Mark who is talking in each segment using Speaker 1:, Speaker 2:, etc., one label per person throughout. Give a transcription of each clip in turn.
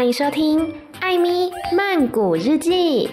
Speaker 1: 欢迎收听艾咪曼谷日记。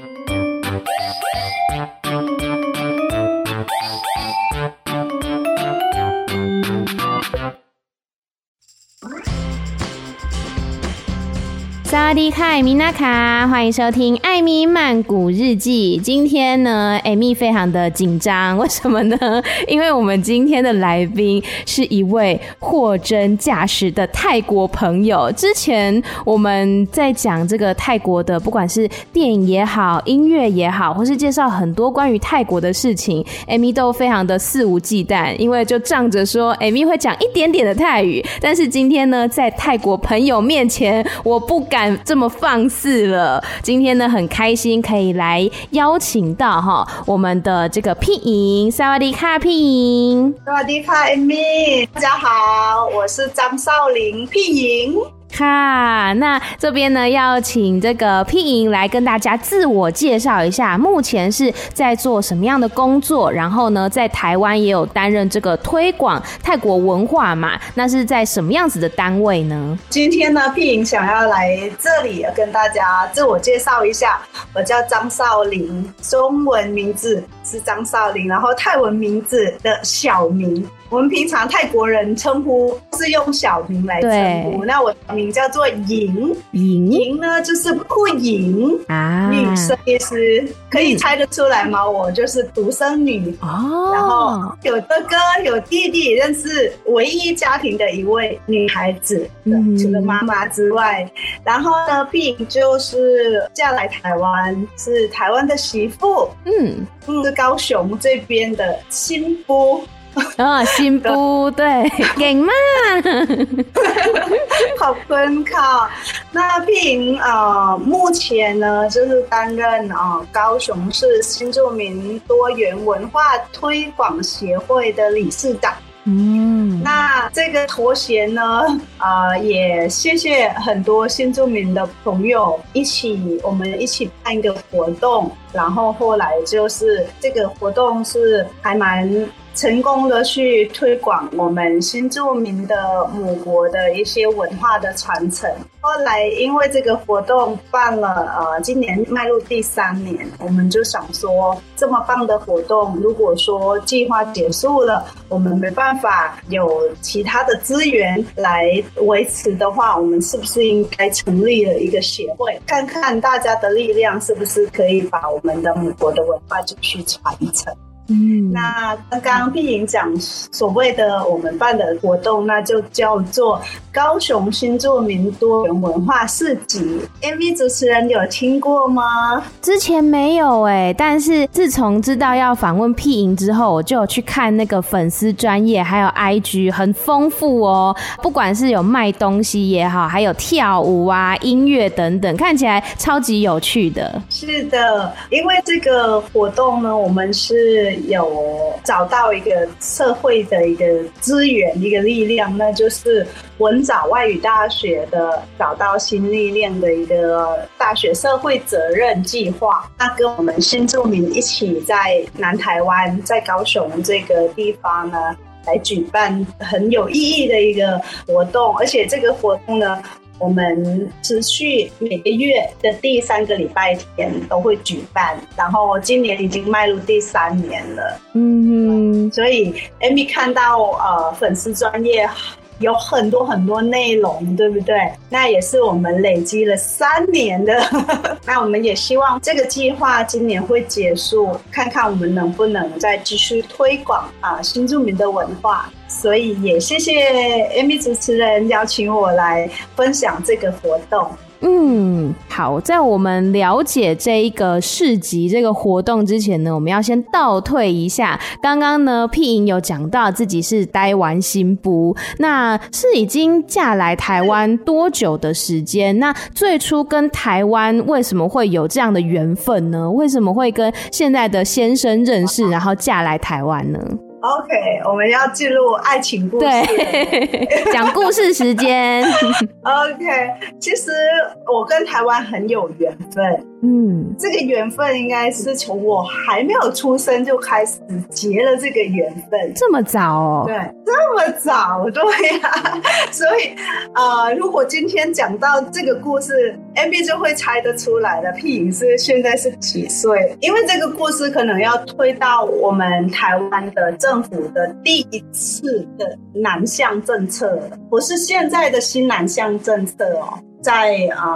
Speaker 1: 萨瓦迪卡，米娜卡，欢迎收听艾咪曼谷日记。今天呢，艾咪非常的紧张，为什么呢？因为我们今天的来宾是一位货真价实的泰国朋友。之前我们在讲这个泰国的，不管是电影也好，音乐也好，或是介绍很多关于泰国的事情，艾咪都非常的肆无忌惮，因为就仗着说艾咪会讲一点点的泰语。但是今天呢，在泰国朋友面前，我不敢这么放肆了。今天呢，很开心可以来邀请到我们的这个屁莹，萨瓦迪卡屁莹，
Speaker 2: 萨瓦迪卡 Amy， 大家好，我是张少玲屁莹。
Speaker 1: 哈，那这边呢要请这个屁莹来跟大家自我介绍一下，目前是在做什么样的工作，然后呢在台湾也有担任这个推广泰国文化嘛，那是在什么样子的单位呢？
Speaker 2: 今天呢，屁莹想要来这里跟大家自我介绍一下，我叫张少玲，中文名字是张少玲，然后泰文名字的小名，我们平常泰国人称呼是用小名来称呼，那我的名叫做莹，莹呢就是不莹啊，女生意思，可以猜得出来吗？我就是独生女哦，然后有哥哥有弟弟，认识唯一家庭的一位女孩子，除了妈妈之外，然后呢，屁莹就是嫁来台湾，是台湾的媳妇，是高雄这边的新妇。
Speaker 1: 新妇对，劲嘛，
Speaker 2: 好分靠。那屁莹目前呢就是担任高雄市新住民多元文化推广协会的理事长。那这个头衔呢，也谢谢很多新住民的朋友我们一起办一个活动，然后后来就是这个活动是还蛮成功的去推广我们新住民的母国的一些文化的传承。后来因为这个活动办了今年迈入第3年，我们就想说这么棒的活动，如果说计划结束了，我们没办法有其他的资源来维持的话，我们是不是应该成立了一个协会，看看大家的力量是不是可以把我们的母国的文化继续传承。那刚刚屁莹讲所谓的我们办的活动，那就叫做高雄新住民多元文化市集。 MV 主持人有听过吗？
Speaker 1: 之前没有但是自从知道要访问屁莹之后，我就有去看那个粉丝专页还有 IG， 很丰富哦，不管是有卖东西也好，还有跳舞啊音乐等等，看起来超级有趣的。是
Speaker 2: 的，因为这个活动呢，我们是有找到一个社会的一个资源一个力量，那就是文藻外语大学的找到新力量的一个大学社会责任计划，那跟我们新住民一起在南台湾在高雄这个地方呢来举办很有意义的一个活动，而且这个活动呢我们持续每个月的第3个礼拜天都会举办，然后今年已经迈入第3年了。所以 Amy 看到粉丝专页有很多很多内容，对不对？那也是我们累积了3年的那我们也希望这个计划今年会结束，看看我们能不能再继续推广新住民的文化。所以也谢谢 Amy 主持人邀请我来分享这个活动。
Speaker 1: 好，在我们了解这一个市集这个活动之前呢，我们要先倒退一下。刚刚呢，屁莹有讲到自己是台湾新妇，那是已经嫁来台湾多久的时间？那最初跟台湾为什么会有这样的缘分呢？为什么会跟现在的先生认识，然后嫁来台湾呢
Speaker 2: ？OK， 我们要进入爱情故事，
Speaker 1: 对，讲故事时间。
Speaker 2: OK， 其实我跟台湾很有缘分， 这个缘分应该是从我还没有出生就开始结了这个缘分。
Speaker 1: 这么早哦？
Speaker 2: 对，这么早，对啊。所以如果今天讲到这个故事 MB 就会猜得出来了，屁颖现在是几岁，因为这个故事可能要推到我们台湾的政府的第一次的南向政策，不是现在的新南向政策哦，在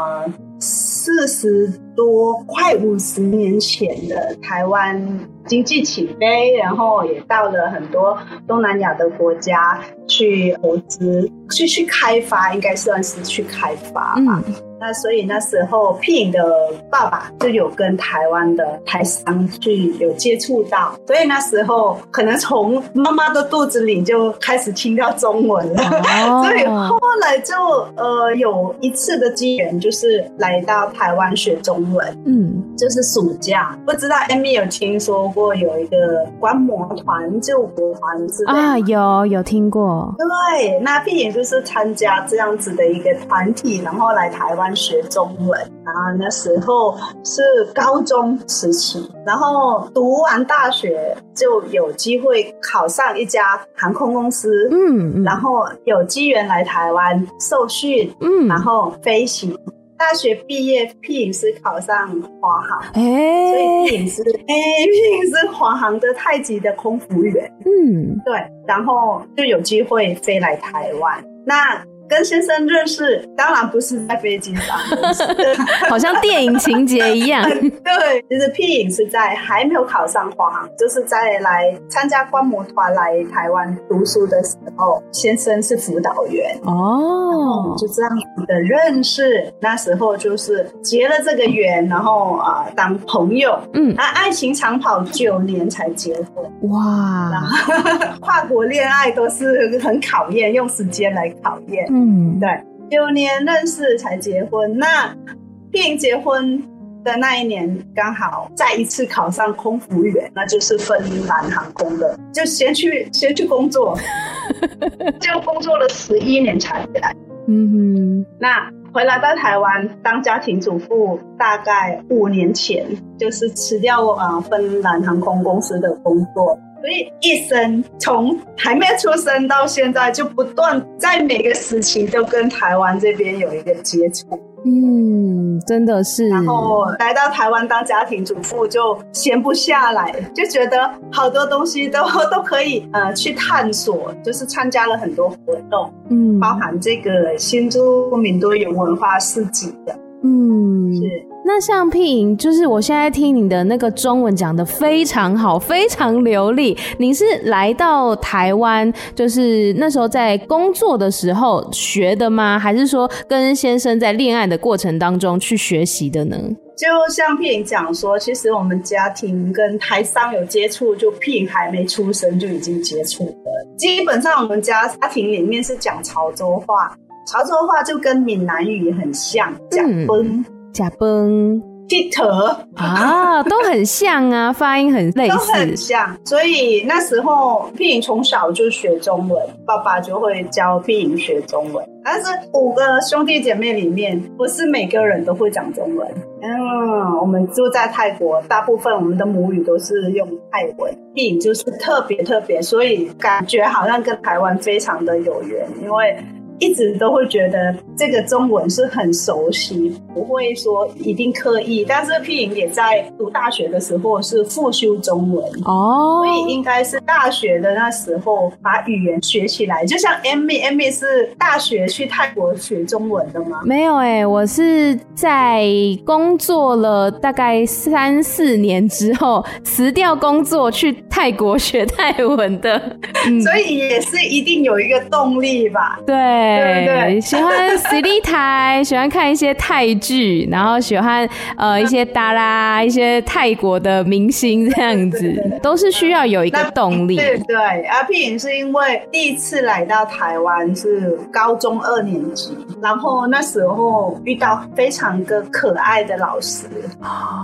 Speaker 2: 40多快50年前的台湾经济起飞，然后也到了很多东南亚的国家去投资，去开发，应该算是去开发吧。那所以那时候屁颖的爸爸就有跟台湾的台商去有接触到，所以那时候可能从妈妈的肚子里就开始听到中文了。所以后来就有一次的机缘，就是来到台湾学中文。就是暑假，不知道 Amy 有听说过有一个观摩团救国团之类的啊？
Speaker 1: 有听过。
Speaker 2: 对，那屁颖就是参加这样子的一个团体，然后来台湾学中文。然后那时候是高中时期，然后读完大学就有机会考上一家航空公司，然后有机缘来台湾受训，然后飞行。大学毕业，屁颖是考上华航，所以屁颖是华航的太极的空服员。对，然后就有机会飞来台湾。那跟先生认识，当然不是在飞机上认识
Speaker 1: 好像电影情节一样。
Speaker 2: 对，其实屁颖是在还没有考上华航，就是在来参加观摩团来台湾读书的时候，先生是辅导员哦，就这样子的认识。那时候就是结了这个缘，然后当朋友。爱情长跑9年才结婚。哇，然后跨国恋爱都是很考验，用时间来考验。对，9年认识才结婚。那屁颖结婚的那一年刚好再一次考上空服员，那就是芬兰航空的，就先去工作就工作了11年才回来。那回来到台湾当家庭主妇，大概5年前就是辞掉芬兰航空公司的工作，所以一生从还没出生到现在，就不断在每个时期都跟台湾这边有一个接触。
Speaker 1: 真的是。
Speaker 2: 然后来到台湾当家庭主妇就闲不下来，就觉得好多东西都可以去探索，就是参加了很多活动，包含这个新住民多元文化市集的。是。
Speaker 1: 那像屁颖，就是我现在听你的那个中文讲得非常好，非常流利。你是来到台湾，就是那时候在工作的时候学的吗？还是说跟先生在恋爱的过程当中去学习的呢？
Speaker 2: 就像屁颖讲说，其实我们家庭跟台商有接触，就屁颖还没出生就已经接触了。基本上我们家庭里面是讲潮州话，潮州话就跟闽南语很像，讲
Speaker 1: 假崩
Speaker 2: Peter
Speaker 1: 都很像啊，发音很类似，
Speaker 2: 都很像。所以那时候屁颖从小就学中文，爸爸就会教屁颖学中文。但是5个兄弟姐妹里面，不是每个人都会讲中文。我们住在泰国，大部分我们的母语都是用泰文，屁颖就是特别，所以感觉好像跟台湾非常的有缘，因为一直都会觉得这个中文是很熟悉，不会说一定刻意。但是屁颖也在读大学的时候是复修中文所以应该是大学的那时候把语言学起来。就像 Amy 是大学去泰国学中文的吗？
Speaker 1: 没有我是在工作了大概3-4年之后辞掉工作去泰国学泰文的
Speaker 2: 所以也是一定有一个动力吧。
Speaker 1: 对，喜欢实力台，喜欢看一些泰剧，然后喜欢一些达拉，一些泰国的明星这样子，都是需要有一个动力。
Speaker 2: 对，屁颖是因为第一次来到台湾是高中2年级，然后那时候遇到非常个可爱的老师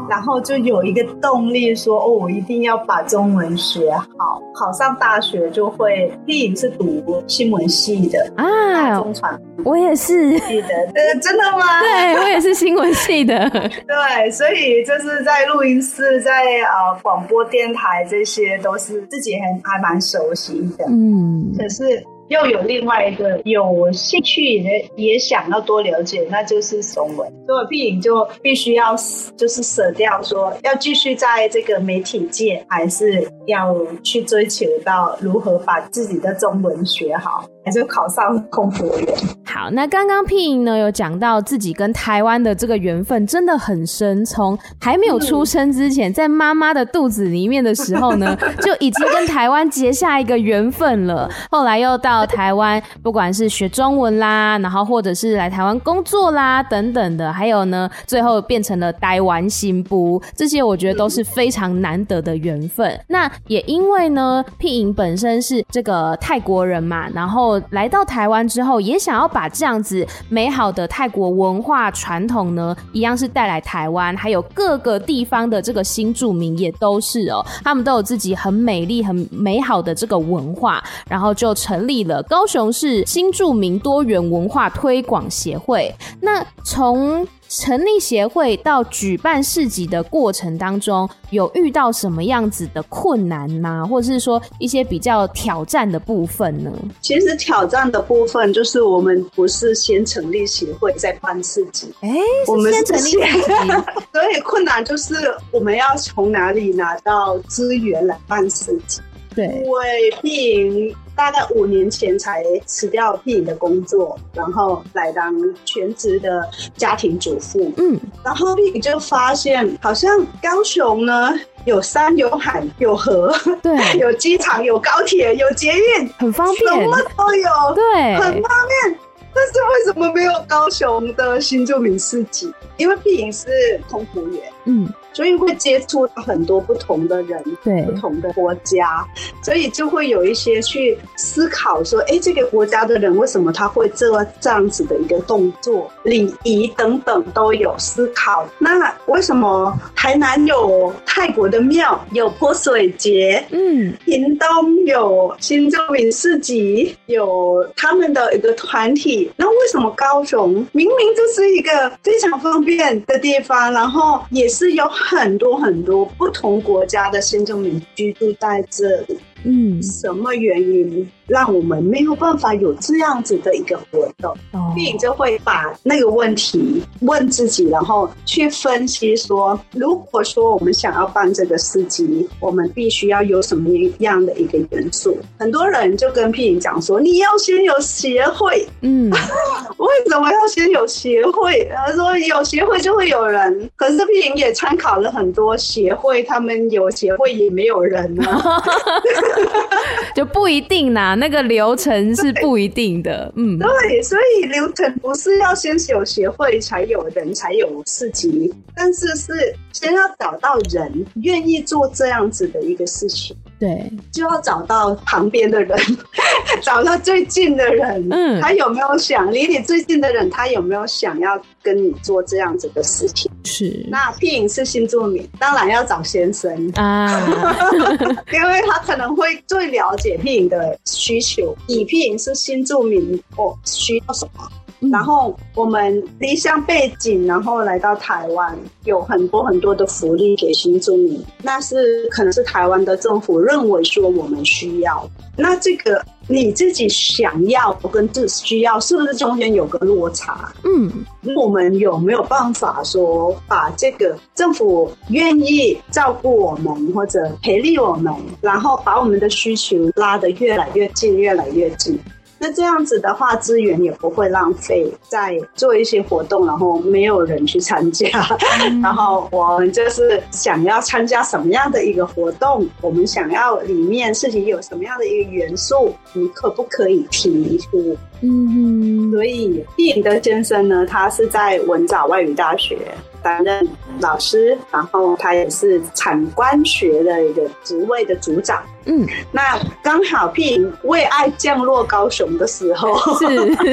Speaker 2: 然后就有一个动力说我一定要把中文学好，考上大学就会。屁颖是读新闻系的大众传播，
Speaker 1: 我也是
Speaker 2: 系的。真的吗？
Speaker 1: 对，我也是新闻系的。
Speaker 2: 对，所以就是在录音室，在广播电台，这些都是自己还蛮熟悉的。可是又有另外一个有兴趣也想要多了解，那就是中文。所以屁颖就必须要就是舍掉说要继续在这个媒体界，还是要去追求到如何把自己的中文学好，还是考上空服员。
Speaker 1: 好，那刚刚屁颖呢有讲到自己跟台湾的这个缘分真的很深，从还没有出生之前，在妈妈的肚子里面的时候呢就已经跟台湾结下一个缘分了。后来又到台湾，不管是学中文啦，然后或者是来台湾工作啦等等的，还有呢最后变成了台湾新妇，这些我觉得都是非常难得的缘分。那也因为呢屁颖本身是这个泰国人嘛，然后来到台湾之后也想要把这样子美好的泰国文化传统呢一样是带来台湾，还有各个地方的这个新住民也都是他们都有自己很美丽很美好的这个文化，然后就成立了高雄市新住民多元文化推广协会。那从成立协会到举办市集的过程当中，有遇到什么样子的困难吗？或者是说一些比较挑战的部分呢？
Speaker 2: 其实挑战的部分就是我们不是先成立协会再办市集，我们是先成立市集所以困难就是我们要从哪里拿到资源来办市集。对，因为屁颖大概5年前才辞掉屁颖的工作，然后来当全职的家庭主妇。然后屁颖就发现好像高雄呢有山有海有河，对，有机场有高铁有捷运，很方便，什么都有，对，很方便。但是为什么没有高雄的新住民市集？因为屁颖是空服员，所以会接触到很多不同的人，对，不同的国家，所以就会有一些去思考说，这个国家的人为什么他会这样子的一个动作，礼仪等等都有思考。那为什么台南有泰国的庙，有泼水节，屏东有新住民市集，有他们的一个团体，那为什么高雄明明就是一个非常方便的地方，然后也是有很多很多不同国家的新住民居住在这里，什么原因让我们没有办法有这样子的一个活动？屁颖就会把那个问题问自己，然后去分析说，如果说我们想要办这个市集，我们必须要有什么样的一个元素？很多人就跟屁颖讲说，你要先有协会。为什么要先有协会？他说有协会就会有人，可是屁颖也参考了很多协会，他们有协会也没有人啊。
Speaker 1: 就不一定啦，那个流程是不一定的。
Speaker 2: 对，所以流程不是要先有协会才有人才有市集，但是是先要找到人愿意做这样子的一个事情。对，就要找到旁边的人找到最近的人，他有没有想离你最近的人，他有没有想要跟你做这样子的事情？是。那屁颖是新住民，当然要找先生啊因为他可能会最了解屁颖的需求，以屁颖是新住民需要什么，然后我们离乡背景，然后来到台湾，有很多很多的福利给新住民，那是可能是台湾的政府认为说我们需要，那这个你自己想要跟自己需要是不是中间有个落差？我们有没有办法说把这个政府愿意照顾我们或者培力我们，然后把我们的需求拉得越来越近越来越近，那这样子的话资源也不会浪费，在做一些活动然后没有人去参加然后我们就是想要参加什么样的一个活动，我们想要里面事情有什么样的一个元素，你可不可以提出？所以屁颖的先生呢，他是在文藻外语大学担任老师，然后他也是产官学的一个职位的组长。那刚好屁颖为爱降落高雄的时候，是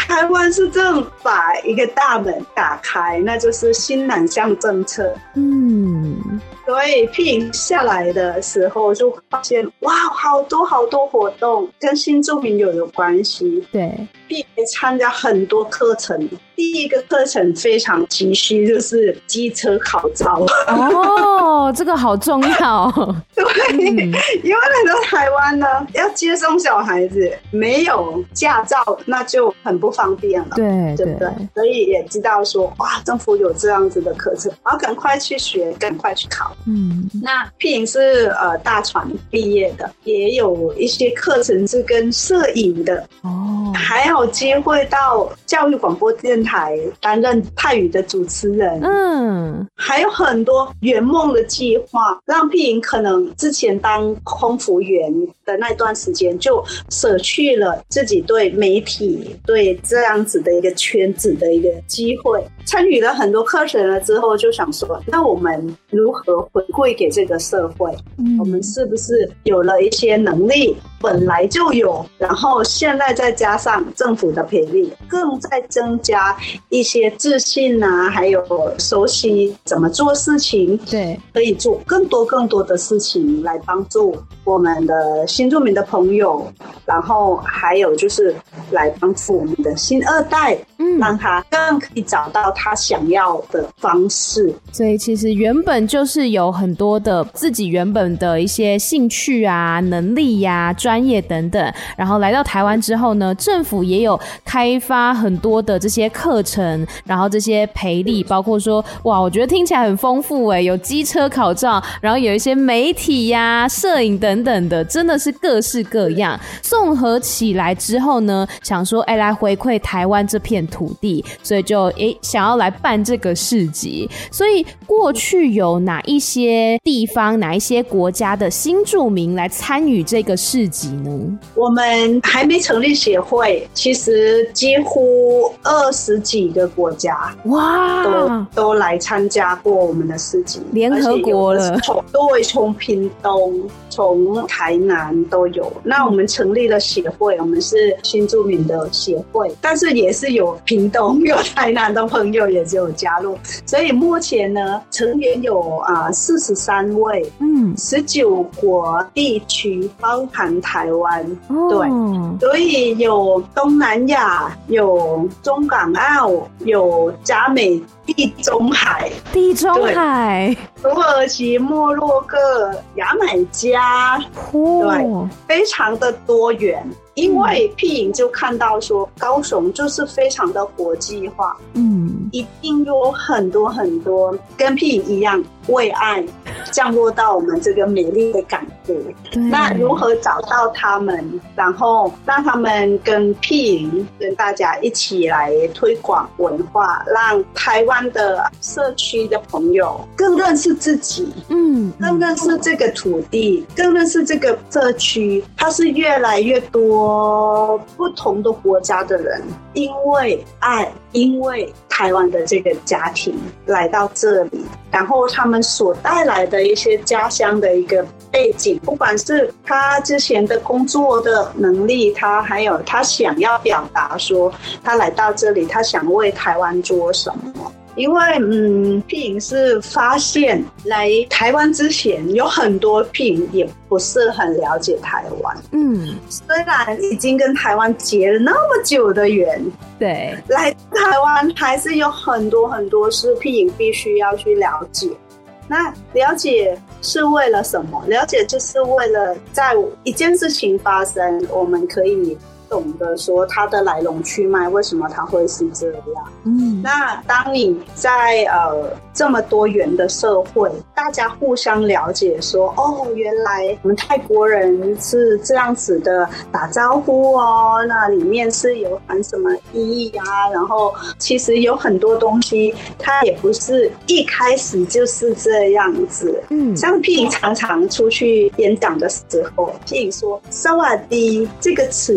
Speaker 2: 台湾是正把一个大门打开，那就是新南向政策。所以屁营下来的时候就发现，哇，好多好多活动跟新住民有关系。
Speaker 1: 对，
Speaker 2: 屁营参加很多课程。第一个课程非常急需，就是机车考照。
Speaker 1: 哦，这个好重要。
Speaker 2: 对，因为来到台湾呢，要接送小孩子，没有驾照，那就很不方便了。
Speaker 1: 对
Speaker 2: 不对？所以也知道说，哇，政府有这样子的课程，然后赶快去学，赶快去考。那屁营是大传毕业的，也有一些课程是跟摄影的。还有机会到教育广播电台担任泰语的主持人。还有很多圆梦的计划，让屁营可能之前当空服员的那段时间就舍去了自己对媒体对这样子的一个圈子的一个机会，参与了很多课程了之后，就想说，那我们如何回馈给这个社会？我们是不是有了一些能力本来就有，然后现在再加上政府的培力，更在增加一些自信啊，还有熟悉怎么做事情，对，可以做更多的事情来帮助我们的新住民的朋友，然后还有就是来帮助我们的新二代，让他更可以找到他想要的方式。
Speaker 1: 所以其实原本就是有很多的自己原本的一些兴趣啊、能力呀、专业等等，然后来到台湾之后呢，政府也有开发很多的这些课程，然后这些培力，包括说，哇，我觉得听起来很丰富耶，有机车考照，然后有一些媒体呀、摄影等等的，真的是各式各样。综合起来之后呢，想说，来回馈台湾这片土地，所以就想要来办这个市集。所以过去有哪一些地方、哪一些国家的新住民来参与这个市集呢？
Speaker 2: 我们还没成立协会，其实几乎20几个国家都来参加过我们的市集，
Speaker 1: 联合国了。
Speaker 2: 对，从屏东、从台南都有。那我们成立了协会，我们是新住民的协会，但是也是有屏东、有台南的朋友也是有加入，所以目前呢，成员有43位，19国地区，包含台湾。对，所以有东南亚，有中港澳，有加美地中海，土耳其、摩洛哥、牙买加，对，非常的多元。因为屁营就看到说，高雄就是非常的国际化，一定有很多跟屁营一样为爱降落到我们这个美丽的港口。那如何找到他们，然后让他们跟屁营跟大家一起来推广文化，让台湾的社区的朋友更认识自己，更认识这个土地，更认识这个社区。它是越来越多不同的国家的人，因为爱，因为台湾的这个家庭来到这里，然后他们所带来的一些家乡的一个背景，不管是他之前的工作的能力，他还有他想要表达说他来到这里，他想为台湾做什么。因为屁营是发现来台湾之前有很多屁营也不是很了解台湾，虽然已经跟台湾结了那么久的缘，对，来台湾还是有很多是屁营必须要去了解。那了解是为了什么？了解就是为了在一件事情发生，我们可以懂得说它的来龙去脉，为什么它会是这样。那当你在这么多元的社会，大家互相了解说，原来我们泰国人是这样子的打招呼哦，那里面是有含什么意义啊，然后其实有很多东西它也不是一开始就是这样子。像屁营常常出去演讲的时候，屁营说萨瓦迪这个词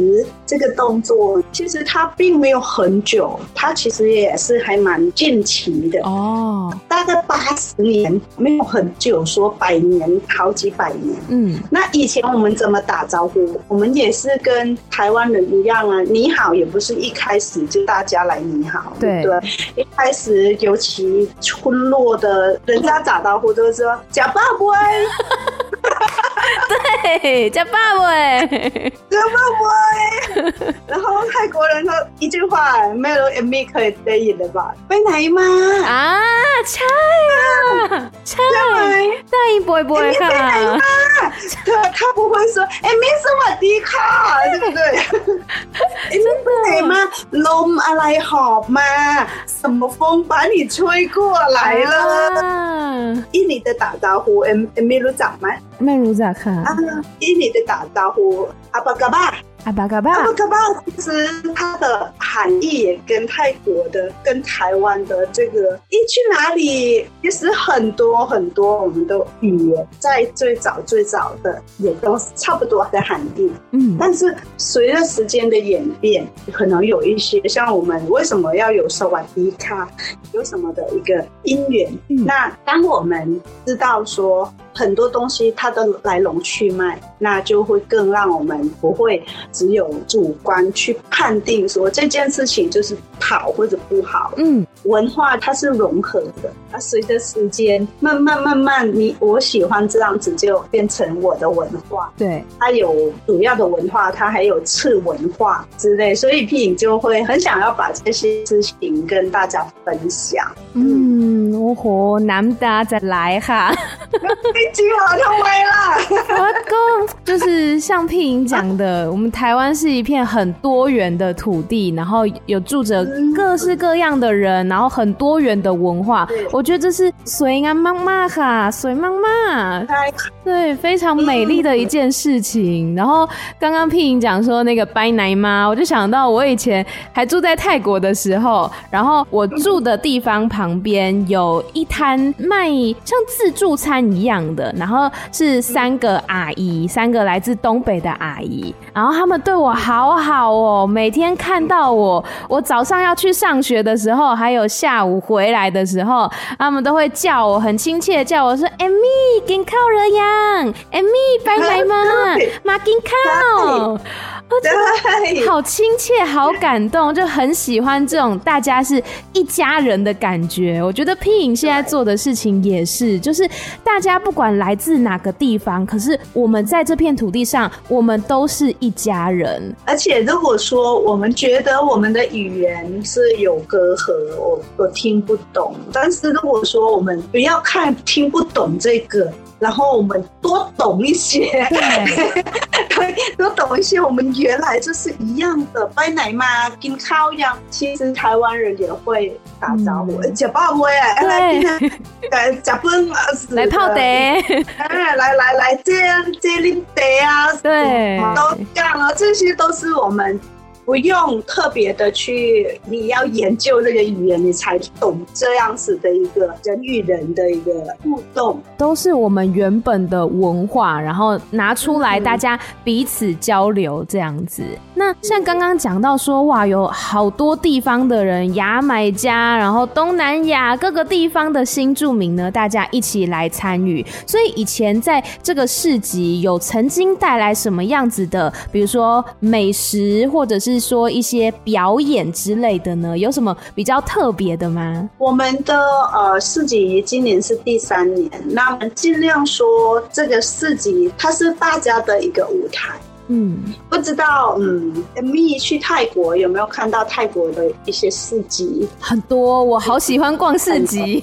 Speaker 2: 这个动作其实它并没有很久，它其实也是还蛮近期的哦，大概80年，没有很久，说100年，好几百年。那以前我们怎么打招呼？我们也是跟台湾人一样啊，你好也不是一开始就大家来你好，对不对？一开始尤其村落的人家打招呼都是说假爸爸
Speaker 1: 对，假爸爸
Speaker 2: 假爸爸然后泰國人說一句話咩都 Amy 可以得意的吧，ไปไหนมา
Speaker 1: 啊，ใช่啊，ใช่ได้บ่อยๆค่ะ
Speaker 2: 他不会說 Amy สวัสดีค่ะ對不對Amy ไปไหนมาลมอะไรหอบมา什麼風把你吹過來了印尼的打招呼 Amy รู้จักไหม
Speaker 1: ไม่รู้จักค่ะ
Speaker 2: 印尼的打招呼阿巴嘎巴
Speaker 1: 阿巴嘎巴，
Speaker 2: 阿巴嘎巴其实它的含义也跟泰国的、跟台湾的这个一去哪里，其实很多很多我们的语言在最早的也都差不多的含义。但是随着时间的演变，可能有一些像我们为什么要有萨瓦迪卡，有什么的一个因缘。那当我们知道说很多东西它的来龙去脉，那就会更让我们不会只有主观去判定说这件事情就是好或者不好。文化它是融合的，它随着时间慢慢我喜欢这样子就变成我的文化。对，它有主要的文化，它还有次文化之类，所以屁影就会很想要把这些事情跟大家分享。
Speaker 1: โอ้โหน้ำตาจะไหลค่ะ
Speaker 2: ไม่จริงเหรอทำไมล่ะ
Speaker 1: 就是像屁影讲的我们台湾是一片很多元的土地，然后有住着各式各样的人，然后很多元的文化，我觉得这是水啊妈妈ค่ะ水妈妈对，非常美丽的一件事情。然后刚刚屁影讲说那个拜奶妈，我就想到我以前还住在泰国的时候，然后我住的地方旁边有一摊卖像自助餐一样的，然后是3个阿姨，3个来自东北的阿姨，然后他们对我好好哦，每天看到我早上要去上学的时候，还有下午回来的时候，他们都会叫我，很亲切的叫我说 Amy กินข้าวหรือยัง Amy ไปไหนมากินข้าว好亲切好感动，就很喜欢这种大家是一家人的感觉。我觉得屁影现在做的事情也是，就是大家不管来自哪个地方，可是我们在这片土地上我们都是一家人。
Speaker 2: 而且如果说我们觉得我们的语言是有隔阂，我听不懂，但是如果说我们不要看听不懂这个，然后我们多懂一些多懂一些我们原来就是一样的拜奶妈กินข้าวยัง其实台湾人也会打招呼吃饱没吃饭
Speaker 1: 来泡茶
Speaker 2: 来这啉茶啊，对，都这样了，这些都是我们不用特别的去你要研究这个语言你才懂这样子的一个人与人的一个互动，
Speaker 1: 都是我们原本的文化，然后拿出来大家彼此交流这样子。那像刚刚讲到说哇有好多地方的人，牙买加然后东南亚各个地方的新住民呢，大家一起来参与，所以以前在这个市集有曾经带来什么样子的比如说美食或者是说一些表演之类的呢？有什么比较特别的吗？
Speaker 2: 我们的市集今年是第3年，那我们尽量说这个市集它是大家的一个舞台。不知道Amy 去泰国有没有看到泰国的一些市集？
Speaker 1: 很多，我好喜欢逛市集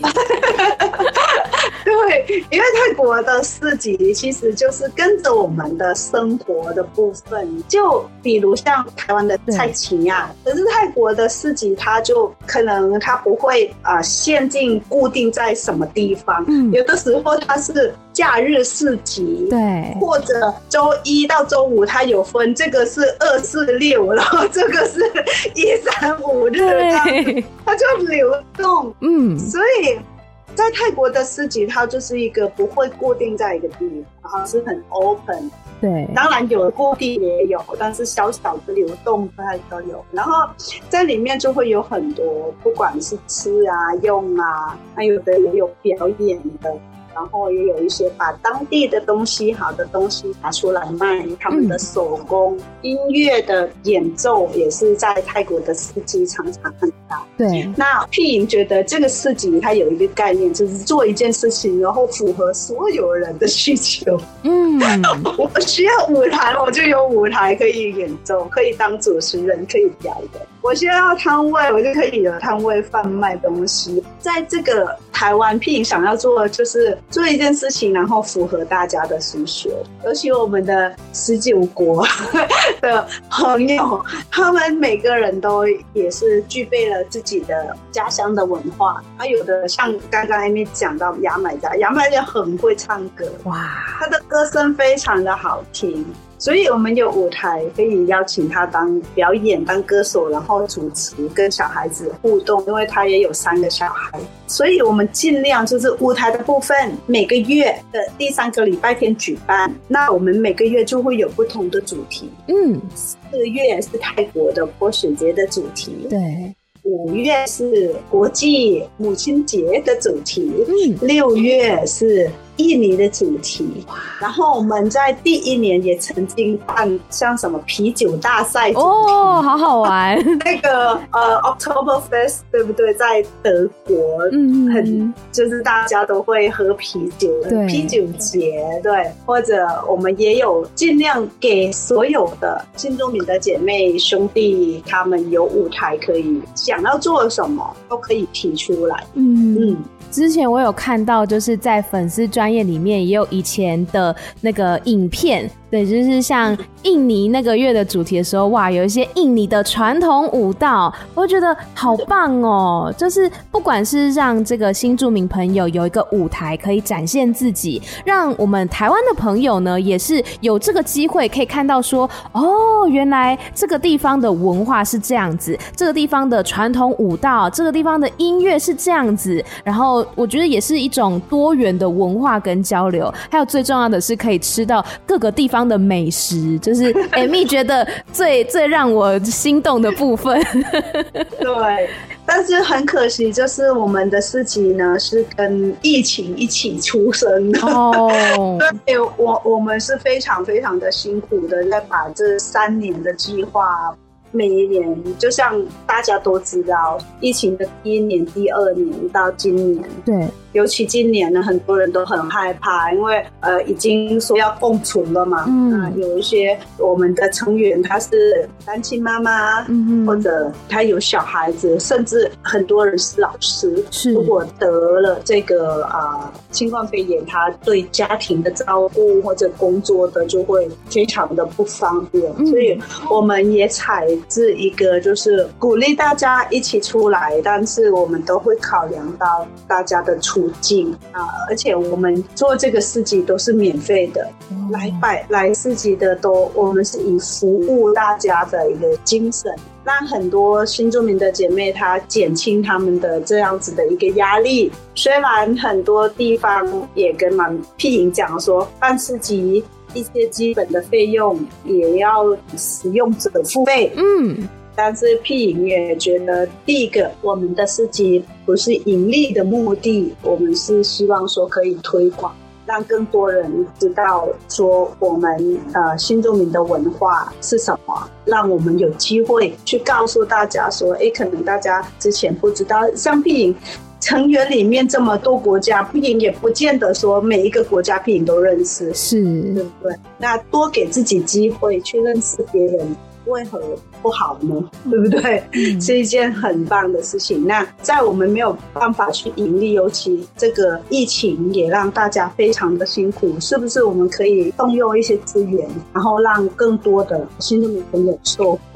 Speaker 2: 对，因为泰国的市集其实就是跟着我们的生活的部分，就比如像台湾的菜市啊，可是泰国的市集它就可能它不会限定固定在什么地方，有的时候它是假日市集，对，或者周1到周5它有分，这个是2、4、6，然后这个是1、3、5日，这样子它就流动，所以在泰国的市集，它就是一个不会固定在一个地方，然后是很 open。
Speaker 1: 对，
Speaker 2: 当然有固定也有，但是小小的流动它都有。然后在里面就会有很多，不管是吃啊、用啊，还有的也有表演的。然后也有一些把当地的东西、好的东西拿出来卖，他们的手工、音乐的演奏也是在泰国的市集常常看到。
Speaker 1: 对，
Speaker 2: 那屁莹觉得这个市集它有一个概念，就是做一件事情，然后符合所有人的需求。我需要舞台，我就有舞台可以演奏，可以当主持人，可以表演。我需要摊位，我就可以有摊位贩卖东西。在这个台湾，屁莹想要做的就是做一件事情，然后符合大家的需求。尤其我们的19国的朋友，他们每个人都也是具备了自己的家乡的文化。有的像刚刚 Amy 讲到牙买加很会唱歌，哇，他的歌声非常的好听。所以我们有舞台可以邀请他当表演、当歌手，然后主持跟小孩子互动，因为他也有3个小孩，所以我们尽量就是舞台的部分每个月的第3个礼拜天举办。那我们每个月就会有不同的主题。4月是泰国的泼水节的主题，对，5月是国际母亲节的主题，6月是印尼的主题。然后我们在第1年也曾经办像什么啤酒大赛主题
Speaker 1: 哦，好好玩。
Speaker 2: 那个Oktoberfest 对不对，在德国很就是大家都会喝啤酒，啤酒节，对，或者我们也有尽量给所有的新住民的姐妹兄弟，他们有舞台可以想要做什么都可以提出来。
Speaker 1: 之前我有看到就是在粉丝专页里面也有以前的那个影片，对，就是像印尼那个月的主题的时候，哇，有一些印尼的传统舞蹈，我觉得好棒哦。就是不管是让这个新住民朋友有一个舞台可以展现自己，让我们台湾的朋友呢也是有这个机会可以看到说，哦，原来这个地方的文化是这样子，这个地方的传统舞蹈，这个地方的音乐是这样子，然后我觉得也是一种多元的文化跟交流，还有最重要的是可以吃到各个地方的美食，就是 Amy 觉得最让我心动的部分。
Speaker 2: 对，但是很可惜，就是我们的市集呢是跟疫情一起出生的。对，我们是非常非常的辛苦的，在把这3年的计划。每一年就像大家都知道，疫情的第1年、第2年到今年，对，尤其今年呢，很多人都很害怕，因为已经说要共存了嘛。有一些我们的成员他是单亲妈妈，或者他有小孩子，甚至很多人是老师，如果得了这个新冠肺炎，他对家庭的照顾或者工作的就会非常的不方便。所以我们也采是一个就是鼓励大家一起出来，但是我们都会考量到大家的处境而且我们做这个市集都是免费的，来市集的都我们是以服务大家的一个精神，让很多新住民的姐妹她减轻他们的这样子的一个压力。虽然很多地方也跟屁莹讲说办市集一些基本的费用也要使用者付费，但是屁莹也觉得，第一个，我们的市集不是盈利的目的，我们是希望说可以推广，让更多人知道说我们新住民的文化是什么，让我们有机会去告诉大家说，可能大家之前不知道，像屁莹成员里面这么多国家，屁莹也不见得说每一个国家屁莹都认识，是，对不对？那多给自己机会去认识别人，为何不好呢？对不对？是一件很棒的事情。那在我们没有办法去盈利，尤其这个疫情也让大家非常的辛苦，是不是我们可以动用一些资源，然后让更多的新住民朋友受惠？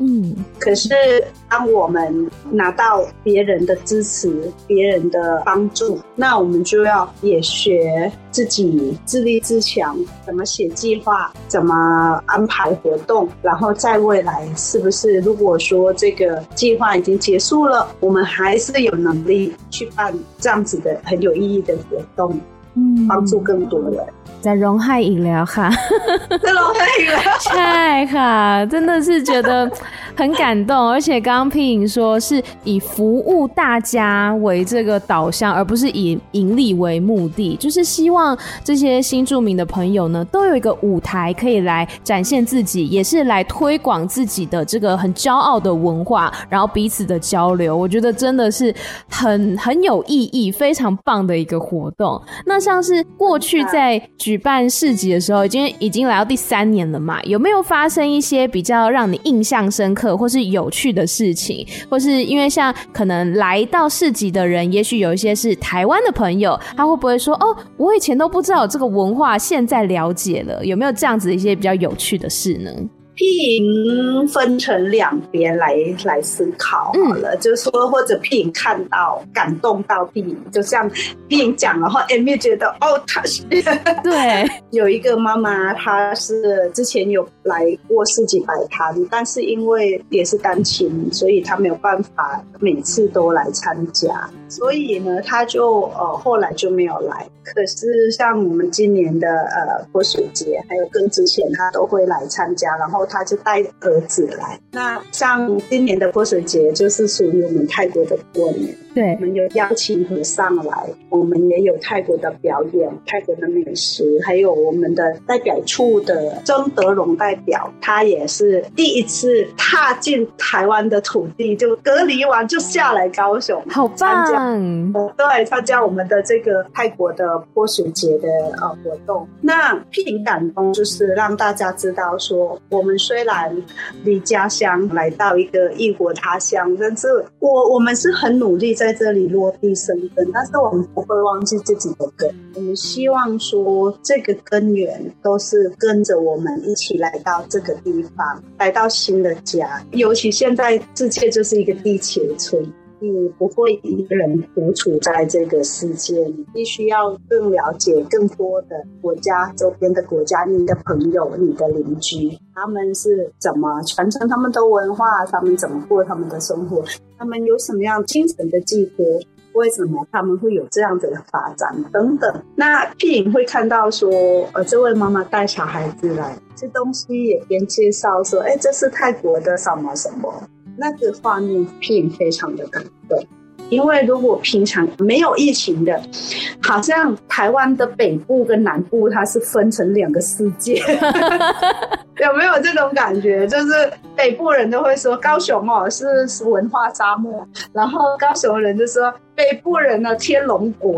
Speaker 2: 可是当我们拿到别人的支持，别人的帮助，那我们就要也学自己自立自强，怎么写计划，怎么安排活动，然后在未来是不是如果说这个计划已经结束了，我们还是有能力去办这样子的很有意义的活动，帮助更多人。
Speaker 1: จะร้องไห้อีกแล้วค่ะ
Speaker 2: จะร้องไห้อีกแล้ว
Speaker 1: ใช่ค่ะ真的是觉得很感动而且刚刚พี่หญิง说是以服务大家为这个导向而不是以盈利为目的就是希望这些新住民的朋友呢都有一个舞台可以来展现自己也是来推广自己的这个很骄傲的文化然后彼此的交流我觉得真的是很有意义非常棒的一个活动那像是过去在举办市集的时候已经来到第3年了嘛有没有发生一些比较让你印象深刻或是有趣的事情或是因为像可能来到市集的人也许有一些是台湾的朋友他会不会说哦我以前都不知道这个文化现在了解了有没有这样子一些比较有趣的事呢
Speaker 2: 屁影分成2边来思考好了就是说或者屁影看到感动到屁影就像屁影讲然后 Amy 觉得哦他是
Speaker 1: 对
Speaker 2: 有一个妈妈她是之前有来过市集摆摊但是因为也是单亲所以她没有办法每次都来参加所以呢她就后来就没有来可是像我们今年的泼水节还有更之前她都会来参加然后他就带儿子来那像今年的泼水节就是属于我们泰国的过年
Speaker 1: 对
Speaker 2: 我们有邀请和尚来我们也有泰国的表演泰国的美食还有我们的代表处的曾德荣代表他也是第一次踏进台湾的土地就隔离完就下来高雄
Speaker 1: 好棒
Speaker 2: 对参加我们的这个泰国的泼水节的活动那屁影感动就是让大家知道说我们虽然离家乡来到一个异国他乡但是我们是很努力在这里落地生根但是我们不会忘记自己的根我们希望说这个根源都是跟着我们一起来到这个地方来到新的家尤其现在世界就是一个地球村你不会一个人独处在这个世界你必须要更了解更多的国家周边的国家你的朋友你的邻居他们是怎么传承他们的文化他们怎么过他们的生活他们有什么样精神的寄托为什么他们会有这样子的发展等等那屁影会看到说这位妈妈带小孩子来这东西也边介绍说这是泰国的什么什么那个画面屁影非常的感动因为如果平常没有疫情的好像台湾的北部跟南部它是分成2个世界有没有这种感觉就是北部人都会说高雄是文化沙漠然后高雄人就说北部人呢天龙国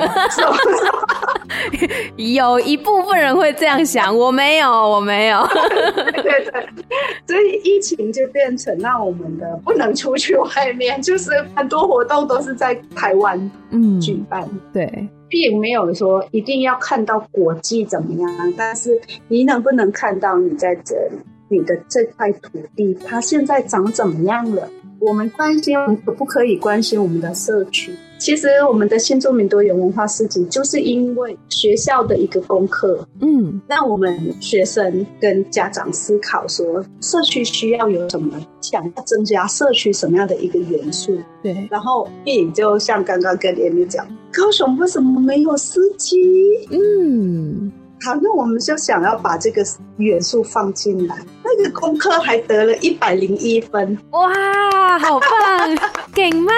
Speaker 1: 有一部分人会这样想我没有
Speaker 2: 对对所以疫情就变成让我们的不能出去外面就是很多活动都是在台湾举办
Speaker 1: 对
Speaker 2: 并没有说一定要看到国际怎么样但是你能不能看到你在这里你的这块土地它现在长怎么样了我们关心我们可不可以关心我们的社区其实我们的新住民多元文化市集就是因为学校的一个功课让我们学生跟家长思考说社区需要有什么想要增加社区什么样的一个元素
Speaker 1: 对然
Speaker 2: 后也就像刚刚跟 Amy 讲高雄为什么没有市集好那我们就想要把这个元素放进来那个功课还得了101分
Speaker 1: 哇好棒劲吗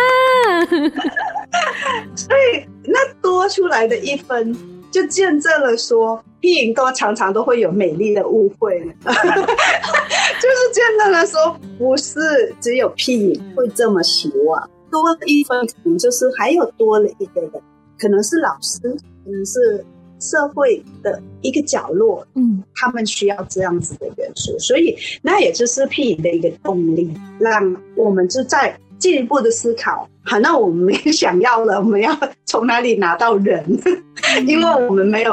Speaker 2: 所以那多出来的1分就见证了说屁影都常常都会有美丽的误会就是见证了说不是只有屁影会这么希望多了1分可能就是还有多了一个人可能是老师可能是社会的一个角落他们需要这样子的元素所以那也就是屁影的一个动力让我们就在进一步的思考好那我们想要了我们要从哪里拿到人因为我们没有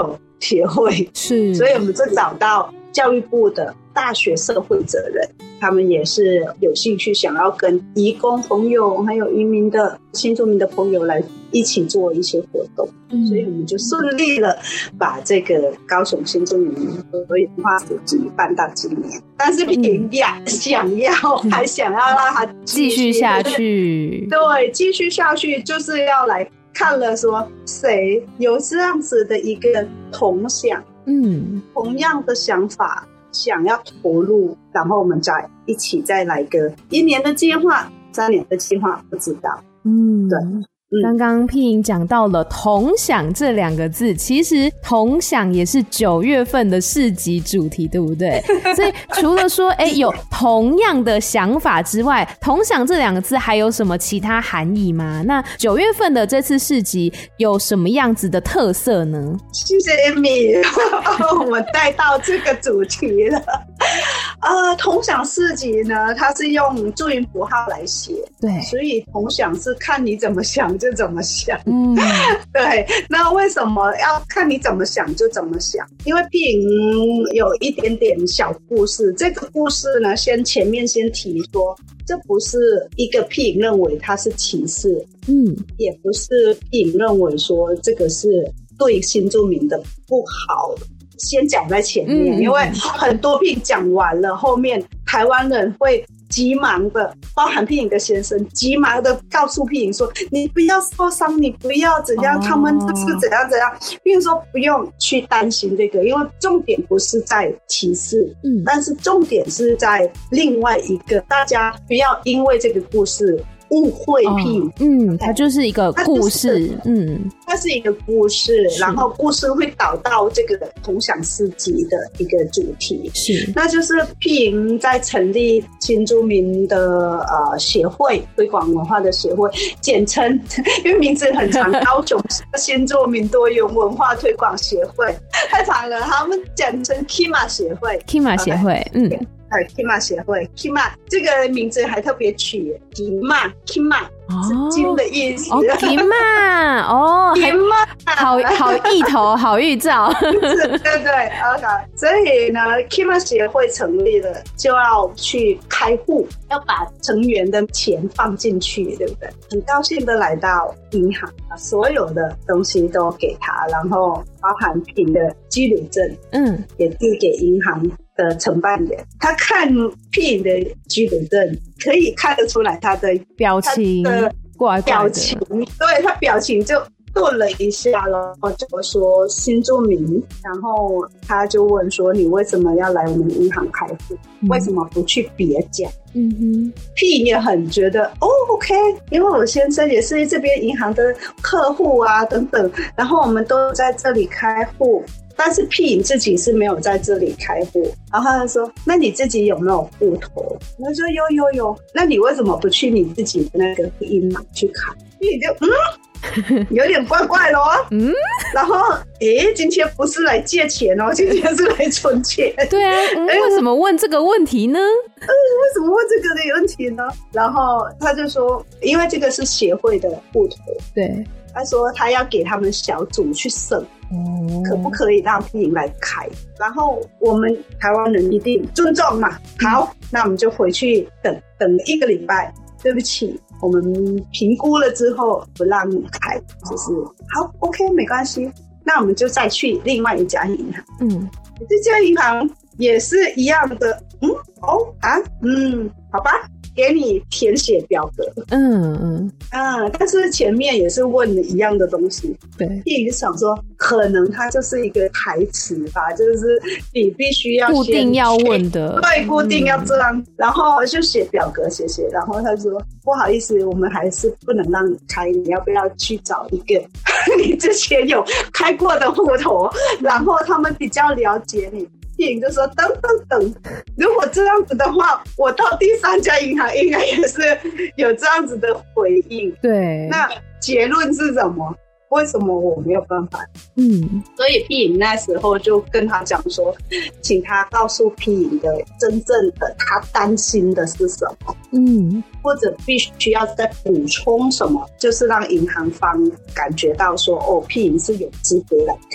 Speaker 2: 协会，
Speaker 1: 是，
Speaker 2: 所以我们就找到教育部的大学社会责任，他们也是有兴趣想要跟移工朋友还有移民的新住民的朋友来一起做一些活动，所以我们就顺利了把这个高雄新住民多元文化市集办到今年。但是平雅还想要让它
Speaker 1: 继续下去，
Speaker 2: 对，继续下去就是要来看了说谁有这样子的一个同想，同样的想法想要投入，然后我们再一起再来个1年的计划3年的计划，不知道。对。
Speaker 1: 刚刚屁颖讲到了同享这2个字，其实同享也是9月份的市集主题，对不对？所以除了说有同样的想法之外，同享这2个字还有什么其他含义吗？那9月份的这次市集有什么样子的特色呢？
Speaker 2: 谢谢 Amy 我们带到这个主题了。同享市集呢，它是用注音符号来写，对，所以同享是看你怎么想就怎么想。对，那为什么要看你怎么想就怎么想？因为屁颖有一点点小故事，这个故事呢，前面先提说，这不是一个屁颖认为它是歧视，也不是屁颖认为说这个是对新住民的不好。先讲在前面，因为很多屁讲完了，后面台湾人会急忙的，包含屁颖的先生，急忙的告诉屁颖说：“你不要受伤，你不要怎样，他们是怎样怎样。”屁颖说：“不用去担心这个，因为重点不是在歧视，但是重点是在另外一个，大家不要因为这个故事。”误会屁，
Speaker 1: 它就是一个故事，
Speaker 2: 它是一个故事，然后故事会导到这个同享市集的一个主题，是，那就是屁颖在成立新住民的协会，推广文化的协会，简称，因为名字很长，高雄新住民多元文化推广协会，太长了，他们简称 KIMA 协会
Speaker 1: ，KIMA 协会
Speaker 2: ，KIMA 协会 ，KIMA 这个名字还特别取 KIMA 是金的意思。
Speaker 1: KIMA 好意头，好预兆。
Speaker 2: 对对 ，OK。所以呢 ，KIMA 协会成立了，就要去开户，要把成员的钱放进去，对不对？很高兴的来到银行，把所有的东西都给他，然后包含品的居留证，也递给银行的承办人，他看屁颖的居留证，可以看得出来他的
Speaker 1: 表情，
Speaker 2: 表情，对，他表情就顿了一下，然后就说新住民，然后他就问说你为什么要来我们银行开户？为什么不去别家？屁颖也很觉得OK， 因为我先生也是这边银行的客户啊等等，然后我们都在这里开户。但是屁颖自己是没有在这里开户，然后他就说：“那你自己有没有户头？”我说：“有。”那你为什么不去你自己的那个银行去开？屁颖就有点怪怪咯。然后今天不是来借钱哦，今天是来存钱。
Speaker 1: 对啊，为什么问这个问题呢？
Speaker 2: 为什么问这个的问题呢？然后他就说，因为这个是协会的户头。对。他说他要给他们小组去审，可不可以让屁颖来开？然后我们台湾人一定尊重嘛。好，那我们就回去等1个礼拜。对不起，我们评估了之后不让你开，就是好 OK 没关系。那我们就再去另外一家银行。这家银行也是一样的。好吧。给你填写表格，但是前面也是问一样的东西，对，屁颖想说，可能它就是一个台词吧，就是你必须要
Speaker 1: 固定要问的，
Speaker 2: 对，固定要这样，然后就写表格写，然后他说不好意思，我们还是不能让你开，你要不要去找一个你之前有开过的户头，然后他们比较了解你。屁颖就说等，如果这样子的话，我到第3家银行应该也是有这样子的回应。对，那结论是什么？为什么我没有办法？所以屁颖那时候就跟他讲说，请他告诉屁颖的真正的他担心的是什么，或者必须要再补充什么，就是让银行方感觉到说，屁颖是有资格来看。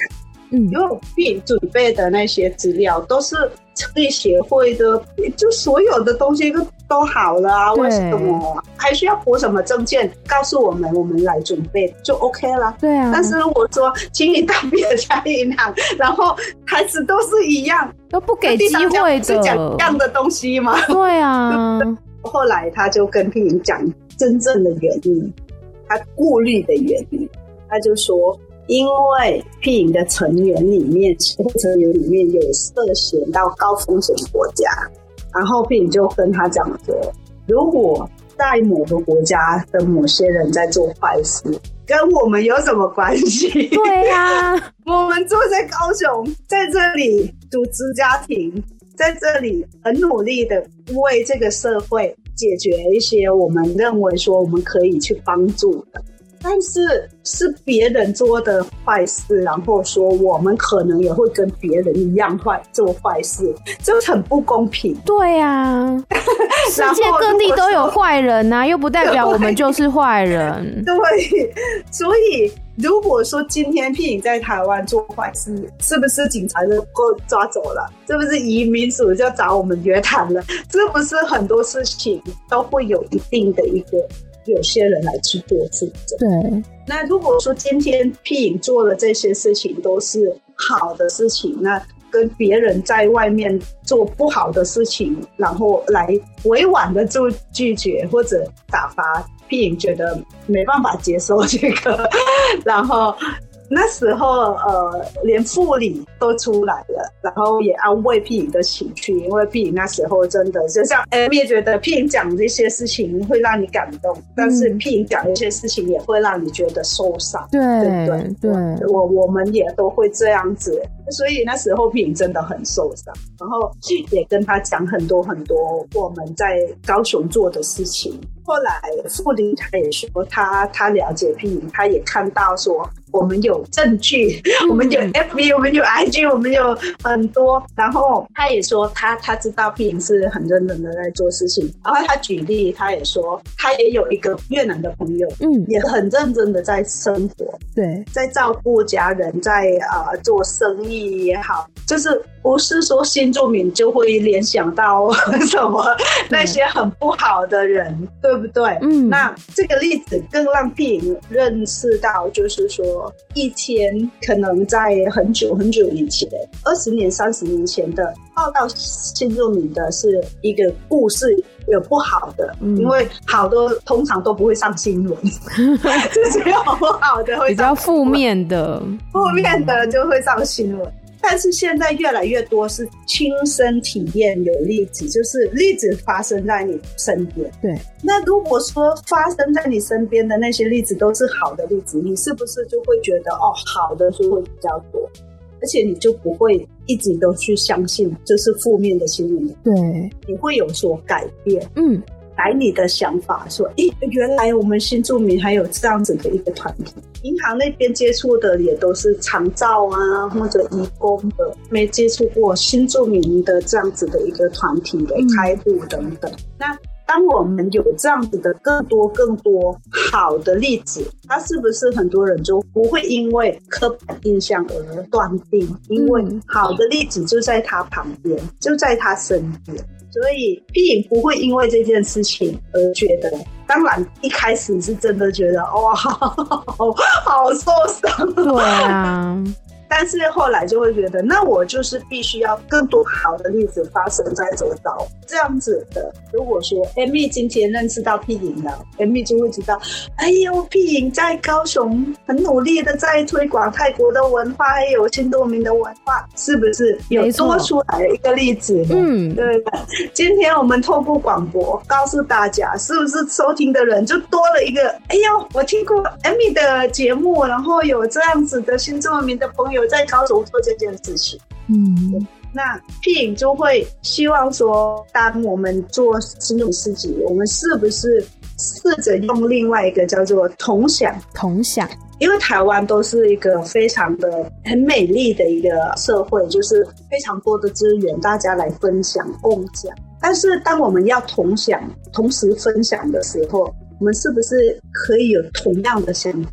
Speaker 2: 因为屁影准备的那些资料都是成立协会的，就所有的东西都好了啊，为什么还需要补什么证件告诉我们，我们来准备就 OK 了。
Speaker 1: 对啊，
Speaker 2: 但是如果说请你到别家银行，然后孩子都是一样，
Speaker 1: 都不给机会的，
Speaker 2: 是讲一样的东西吗？
Speaker 1: 对啊。
Speaker 2: 后来他就跟屁影讲真正的原因，他顾虑的原因，他就说因为屁影的成员里面有涉嫌到高风险国家，然后屁影就跟他讲说，如果在某个国家的某些人在做坏事，跟我们有什么关系？
Speaker 1: 对啊，
Speaker 2: 我们住在高雄，在这里组织家庭，在这里很努力的为这个社会解决一些我们认为说我们可以去帮助的，但是别人做的坏事，然后说我们可能也会跟别人一样做坏事，这很不公平。
Speaker 1: 对啊，世界各地都有坏人啊，又不代表我们就是坏人。
Speaker 2: 对，所以如果说今天屁影在台湾做坏事，是不是警察就够抓走了？是不是移民署就找我们约谈了？是不是很多事情都会有一定的一个有些人来去做负责？
Speaker 1: 对。
Speaker 2: 那如果说今天屁影做的这些事情都是好的事情，那跟别人在外面做不好的事情，然后来委婉的拒绝或者打发，屁影觉得没办法接受这个，然后那时候连副理都出来了，然后也安慰屁影的情绪，因为屁影那时候真的就像Amy也觉得屁影讲这些事情会让你感动，但是屁影讲一些事情也会让你觉得受伤。对对对，我们也都会这样子，所以那时候屁影真的很受伤，然后也跟他讲很多很多我们在高雄做的事情。后来副理他也说他了解屁影，他也看到说我们有证据，我们有 FB， 我们有 IG， 我们有很多，然后他也说他知道屁影是很认真的在做事情，然后他举例，他也说他也有一个越南的朋友，也很认真的在生活，对，在照顾家人，在做生意也好，就是不是说新住民就会联想到什么那些很不好的人，对不对？那这个例子更让屁影认识到，就是说以前可能在很久很久以前20年30年前的报道新住民的是一个故事，有不好的，因为好的通常都不会上新闻就只有不好的会上新闻，比较负面的就会上新闻。但是现在越来越多是亲身体验有例子，就是例子发生在你身边。对，那如果说发生在你身边的那些例子都是好的例子，你是不是就会觉得好的就会比较多，而且你就不会一直都去相信就是负面的新闻？对，你会有所改变。来你的想法说，原来我们新住民还有这样子的一个团体。银行那边接触的也都是长照啊或者移工的，没接触过新住民的这样子的一个团体的开户等等。那当我们有这样子的更多好的例子，那是不是很多人就不会因为刻板印象而断定，因为好的例子就在他旁边，就在他身边，所以屁影不会因为这件事情而觉得，当然一开始是真的觉得哇好受伤，对啊，但是后来就会觉得，那我就是必须要更多好的例子发生在周遭，这样子的。如果说 Amy 今天认识到屁影了， Amy 就会知道，哎呦，屁影在高雄很努力的在推广泰国的文化，还有新住民的文化，是不是有多出来的一个例子呢？对不对？今天我们透过广播告诉大家，是不是收听的人就多了一个，哎呦，我听过 Amy 的节目，然后有这样子的新住民的朋友在高雄做这件事情。那屁影就会希望说，当我们做新住民市集，我们是不是试着用另外一个叫做同享，因为台湾都是一个非常的很美丽的一个社会，就是非常多的资源大家来分享共享，但是当我们要同时分享的时候，我们是不是可以有同样的想法？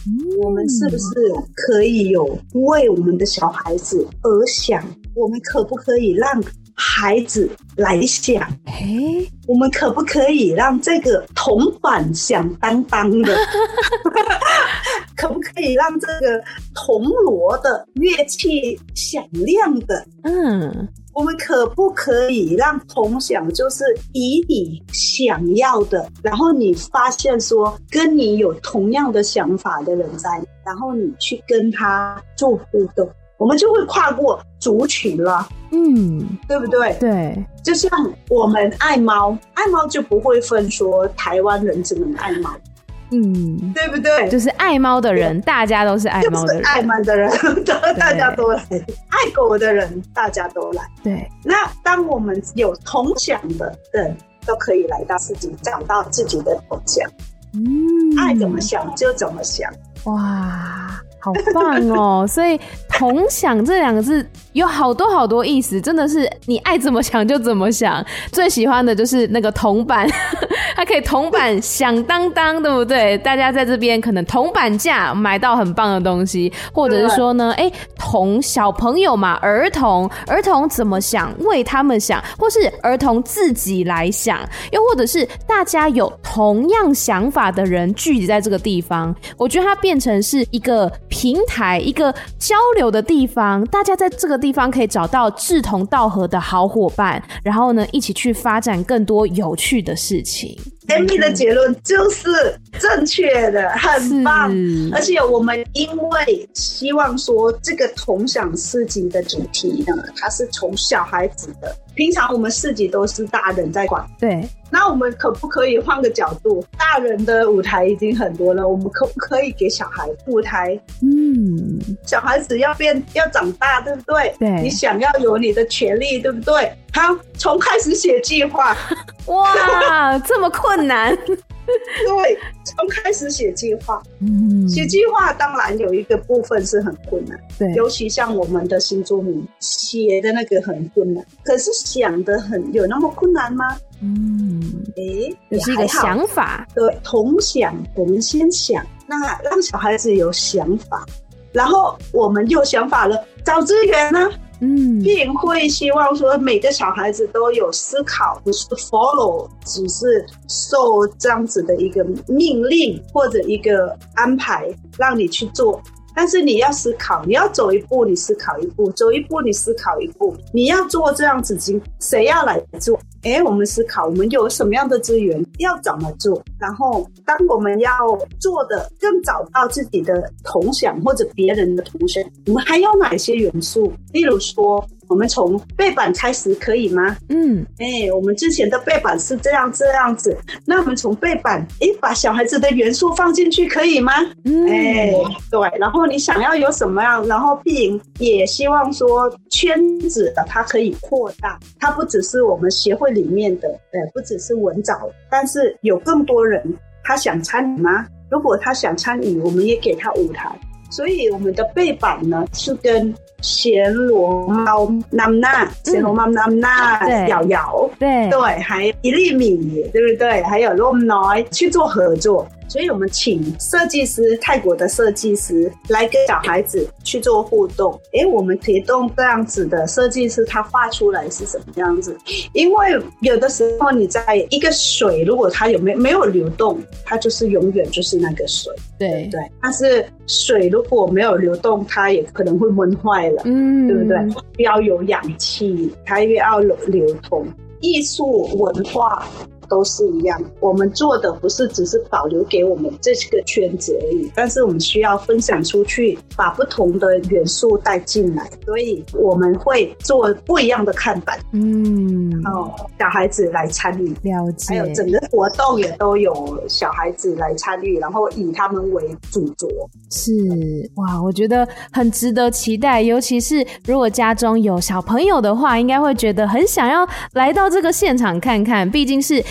Speaker 2: 我们是不是可以有为我们的小孩子而想？我们可不可以让孩子来想？我们可不可以让这个铜板响当当的可不可以让这个铜锣的乐器响亮的？我们可不可以让同享就是以你想要的，然后你发现说跟你有同样的想法的人在，然后你去跟他做互动，我们就会跨过族群了。对不对？
Speaker 1: 对，
Speaker 2: 就像我们爱猫就不会分说台湾人只能爱猫。对不对？
Speaker 1: 就是爱猫的人，大家都是爱猫的人，
Speaker 2: 就是爱猫的人大家都来，爱狗的人大家都来。
Speaker 1: 对，
Speaker 2: 那当我们有同享的人，都可以来到自己，找到自己的同享。爱怎么想就怎么想。
Speaker 1: 哇，好棒哦！所以同享这两个字有好多好多意思，真的是你爱怎么想就怎么想。最喜欢的就是那个铜板它可以铜板响当当，对不对？大家在这边可能铜板价买到很棒的东西，或者是说呢同小朋友嘛，儿童怎么想，为他们想，或是儿童自己来想，又或者是大家有同样想法的人聚集在这个地方，我觉得它变成是一个平台，一个交流的地方，大家在这个地方可以找到志同道合的好伙伴，然后呢一起去发展更多有趣的事情。
Speaker 2: Amy 的结论就是正确的，很棒。而且我们因为希望说这个同享市集的主题呢，它是从小孩子的，平常我们市集都是大人在管，对，那我们可不可以换个角度，大人的舞台已经很多了，我们可不可以给小孩舞台？小孩子要长大，对不对？对，你想要有你的权利，对不对？好，从开始写计划。
Speaker 1: 哇，这么困难。
Speaker 2: 对，从开始写计划。写计划当然有一个部分是很困难，对，尤其像我们的新住民写的那个很困难，可是想的有那么困难吗？
Speaker 1: 这是一个想法。
Speaker 2: 对，同想，我们先想，那让小孩子有想法，然后我们有想法了，找资源呢？并会希望说每个小孩子都有思考，不是 follow 只是受这样子的一个命令或者一个安排让你去做，但是你要思考，你要走一步你思考一步，走一步你思考一步，你要做这样子谁要来做？我们思考我们有什么样的资源，要怎么做，然后当我们要做的更找到自己的同享或者别人的同享，我们还有哪些元素？例如说我们从背板开始可以吗？我们之前的背板是这样子，那我们从背板把小孩子的元素放进去可以吗？对，然后你想要有什么样，然后并也希望说圈子它可以扩大，它不只是我们协会里面的，不只是文藻，但是有更多人他想参与吗？如果他想参与，我们也给他舞台。所以我们的背板呢是跟暹罗猫南娜、瑶瑶，对，还有一粒米，对不对？还有罗姆奈去做合作。所以我们请设计师，泰国的设计师来跟小孩子去做互动。我们提供这样子的设计师，他画出来是什么样子？因为有的时候你在一个水，如果它没有流动，它就是永远就是那个水，对。但是水如果没有流动，它也可能会闷坏了，对不对？要有氧气，它也要流通。艺术文化都是一样，我们做的不是只是保留给我们这个圈子而已，但是我们需要分享出去，把不同的元素带进来，所以我们会做不一样的看板，小孩子来参与，了解，还有整个活动也都有小孩子来参与，然后以他们为主轴。
Speaker 1: 是，哇，我觉得很值得期待，尤其是如果家中有小朋友的话，应该会觉得很想要来到这个现场看看，毕竟是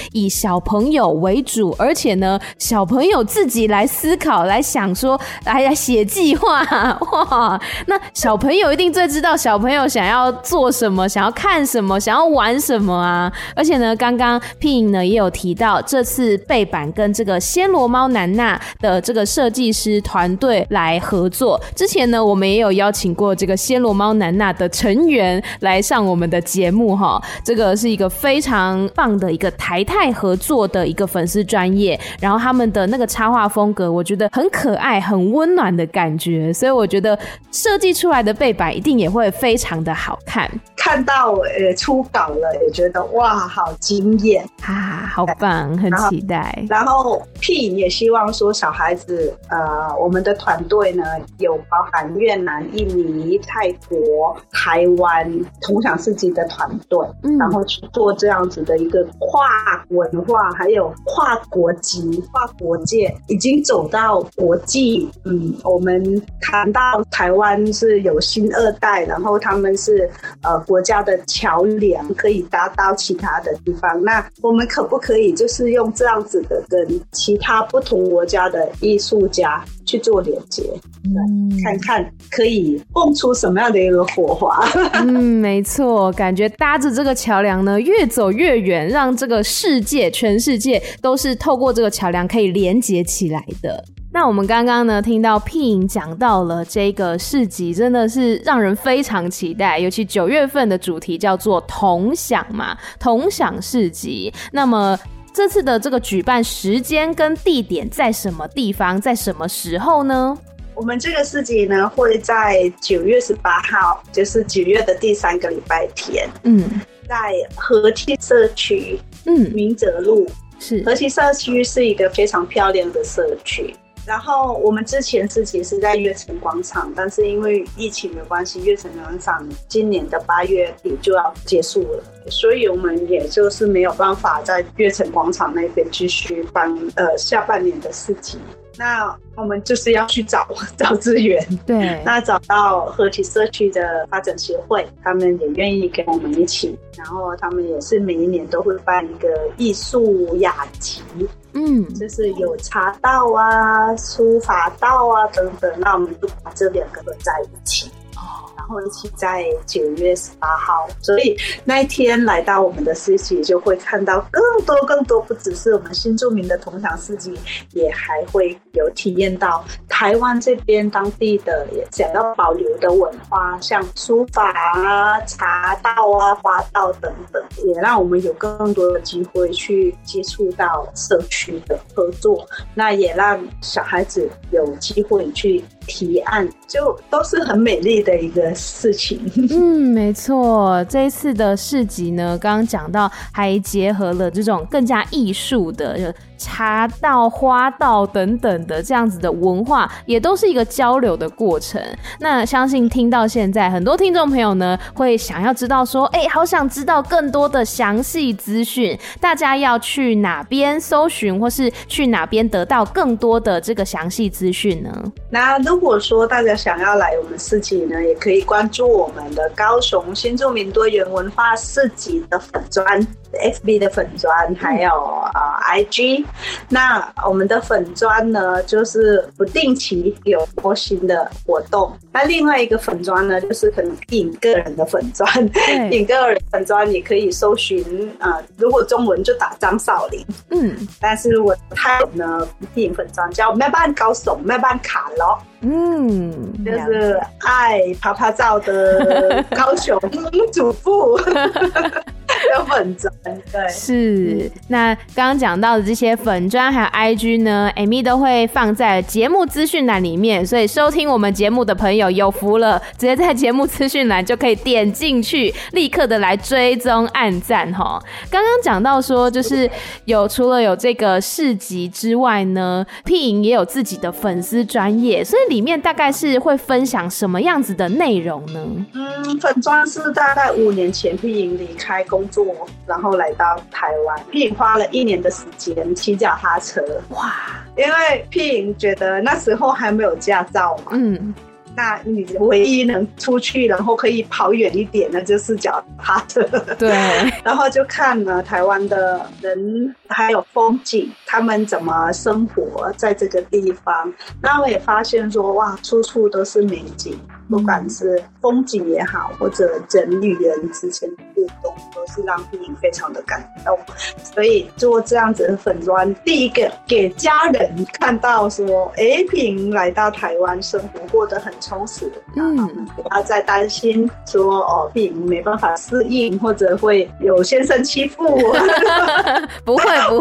Speaker 1: 以小朋友为主，而且呢小朋友自己来思考来想说来写计划。哇，那小朋友一定最知道小朋友想要做什么，想要看什么，想要玩什么啊。而且呢刚刚屁颖呢也有提到这次背板跟这个暹罗猫南娜的这个设计师团队来合作，之前呢我们也有邀请过这个暹罗猫南娜的成员来上我们的节目齁，这个是一个非常棒的一个台泰合作的一个粉丝专页，然后他们的那个插画风格我觉得很可爱很温暖的感觉，所以我觉得设计出来的背板一定也会非常的好看。
Speaker 2: 看到初稿了也觉得哇好惊艳
Speaker 1: 啊，好棒，很期待。
Speaker 2: 然后屁也希望说小孩子我们的团队呢有包含越南、印尼、泰国、台湾同享市集的团队，然后去做这样子的一个跨文化还有跨国籍跨国界，已经走到国际。我们谈到台湾是有新二代，然后他们是国家的桥梁，可以达到其他的地方，那我们可不可以就是用这样子的跟其他不同国家的艺术家去做连接，看看可以蹦出什么样的一个火花。
Speaker 1: 没错，感觉搭着这个桥梁呢越走越远，让这个世界全世界都是透过这个桥梁可以连接起来的。那我们刚刚呢听到屁颖讲到了这个市集，真的是让人非常期待，尤其9月份的主题叫做同享嘛，同享市集。那么这次的这个举办时间跟地点在什么地方，在什么时候呢？
Speaker 2: 我们这个市集呢会在9月18号，就是9月的第3个礼拜天，在河堤社区，明哲路。是，河堤社区是一个非常漂亮的社区。然后我们之前市集是在悦城广场，但是因为疫情的关系，悦城广场今年的8月底就要结束了，所以我们也就是没有办法在悦城广场那边继续办下半年的市集。那我们就是要去找资源，对，那找到河堤社区的发展协会，他们也愿意跟我们一起，然后他们也是每一年都会办一个艺术雅集，就是有茶道啊、书法道啊等等，那我们就把这2个合在一起。然后一起在9月18号，所以那一天来到我们的市集就会看到更多，不只是我们新住民的同享市集，也还会有体验到台湾这边当地的也想要保留的文化，像书法啊、茶道啊、花道等等，也让我们有更多的机会去接触到社区的合作，那也让小孩子有机会去提案，就都是很美丽的一个事情。
Speaker 1: 没错，这一次的市集呢，刚刚讲到还结合了这种更加艺术的茶道、花道等等的这样子的文化，也都是一个交流的过程。那相信听到现在，很多听众朋友呢会想要知道说，好想知道更多的详细资讯，大家要去哪边搜寻，或是去哪边得到更多的这个详细资讯呢？
Speaker 2: 那如果说大家想要来我们市集呢，也可以关注我们的高雄新住民多元文化市集的粉专，FB 的粉专，还有IG。那我们的粉专呢，就是不定期有播新的活动。那另外一个粉专呢，就是可能影个人的粉专，影个人粉专也可以搜寻如果中文就打张少玲，但是如果泰文呢，影粉专叫咩班高雄咩班卡咯。就是爱拍拍照的高雄主妇的粉专，对，
Speaker 1: 是。那刚刚讲到的这些粉专还有 IG 呢 ，Amy 都会放在节目资讯栏里面，所以收听我们节目的朋友有福了，直接在节目资讯栏就可以点进去，立刻的来追踪按赞齁。刚刚讲到说，就是除了有这个市集之外呢，屁颖也有自己的粉丝专页，所以里面大概是会分享什么样子的内容呢？
Speaker 2: 粉专是大概5年前屁颖离开工作，然后来到台湾。屁颖花了1年的时间骑脚踏车，哇！因为屁颖觉得那时候还没有驾照嘛， 那你唯一能出去然后可以跑远一点的就是脚踏车。
Speaker 1: 对，
Speaker 2: 然后就看了台湾的人还有风景，他们怎么生活在这个地方。那我也发现说，哇，处处都是美景，不管是风景也好，或者人与人之间的互动，都是让碧莹非常的感动。所以做这样子的粉专，第一个给家人看到说，碧莹来到台湾生活过得很充实，不要再担心说碧莹没办法适应，或者会有先生欺负我。
Speaker 1: 不会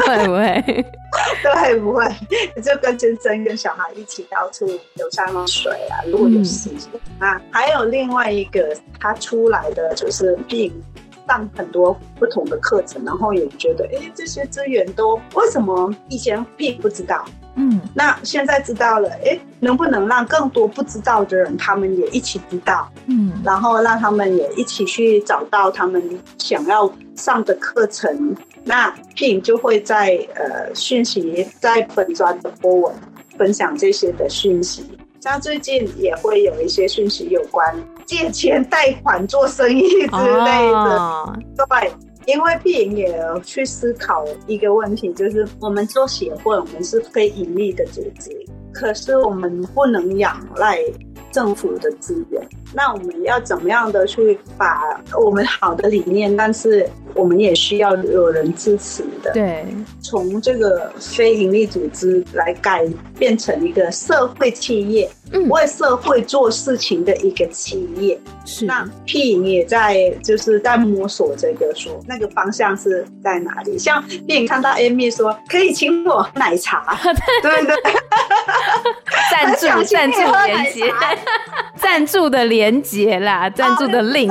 Speaker 2: 对，不会，就跟先生跟小孩一起到处游山玩水啊，如果有时间。还有另外一个他出来的就是碧莹上很多不同的课程，然后也觉得这些资源都为什么以前碧莹不知道，那现在知道了，能不能让更多不知道的人他们也一起知道，然后让他们也一起去找到他们想要上的课程。那碧莹就会在讯息在本专的播文分享这些的讯息，像最近也会有一些讯息有关借钱贷款做生意之类的，对。因为碧莹也去思考一个问题，就是我们做协会，我们是非盈利的组织，可是我们不能仰赖政府的资源，那我们要怎么样的去把我们好的理念，但是我们也需要有人支持的，对，从这个非盈利组织来改变成一个社会企业，为社会做事情的一个企业。是，那碧莹也就是在摸索这个说那个方向是在哪里。像碧莹看到 Amy 说可以请我喝奶茶，对对，
Speaker 1: 赞助连结，赞助的连结啦，赞助的 link，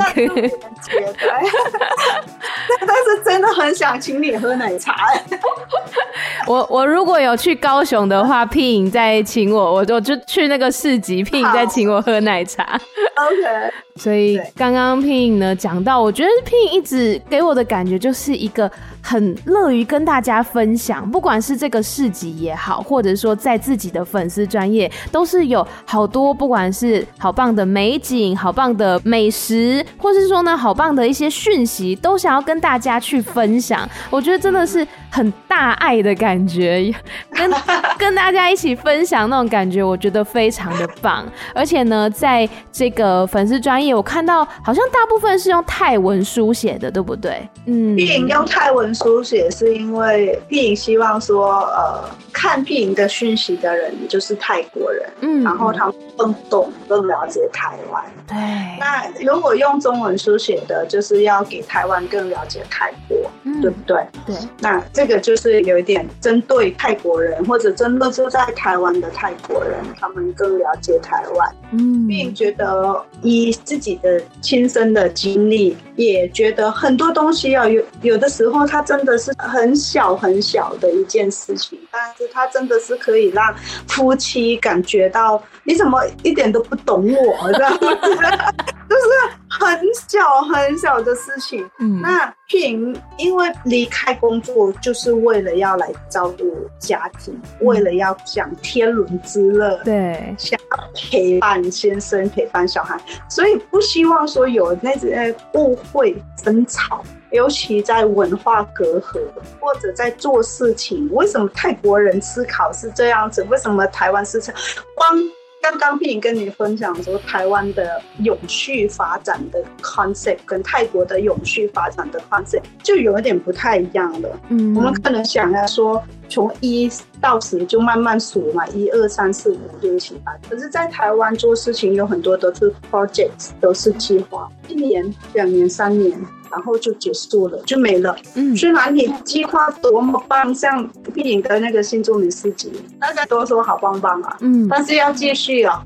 Speaker 2: 但是真的很想请你喝奶茶。
Speaker 1: 我如果有去高雄的话，碧莹再请我就去那个市集，碧莹再请我喝奶茶。
Speaker 2: OK。
Speaker 1: 所以刚刚碧莹呢讲到，我觉得碧莹一直给我的感觉就是一个很乐于跟大家分享，不管是这个市集也好，或者说在自己的粉丝专页，都是有好多不管是好棒的美景、好棒的美食，或是说呢好棒的一些讯息，都想要跟大家去分享。我觉得真的是很大爱的感觉，跟大家一起分享那种感觉，我觉得非常的棒。而且呢，在这个粉丝专页，我看到好像大部分是用泰文书写的，对不对？
Speaker 2: 碧莹用泰文书写是因为碧莹希望说，看碧莹的讯息的人就是泰国人，然后他们更懂、更了解台湾。对。那如果用中文书写的，就是要给台湾更了解泰国，对不对？对。那这个就是有一点针对泰国人，或者真的就在台湾的泰国人，他们更了解台湾。碧莹觉得以自己的亲身的经历，也觉得很多东西有的时候它真的是很小很小的一件事情，但是它真的是可以让夫妻感觉到你怎么一点都不懂我这样子，就是很小很小的事情。那碧莹因为离开工作就是为了要来照顾家庭，为了要享天伦之乐，对，想要陪伴先生陪伴小孩，所以不希望说有那些误会争吵，尤其在文化隔阂或者在做事情，为什么泰国人思考是这样子，为什么台湾是这样，刚刚碧莹跟你分享说台湾的永续发展的 concept 跟泰国的永续发展的 concept 就有一点不太一样了。我们可能想要说从1到10就慢慢数嘛，1、2、3、4、5、6、7、8。可是在台湾做事情有很多都是 projects， 都是计划，1年、2年、3年，然后就结束了，就没了。虽然你计划多么棒，像碧莹的那个新住民市集，大家都说好棒棒啊，但是要继续啊，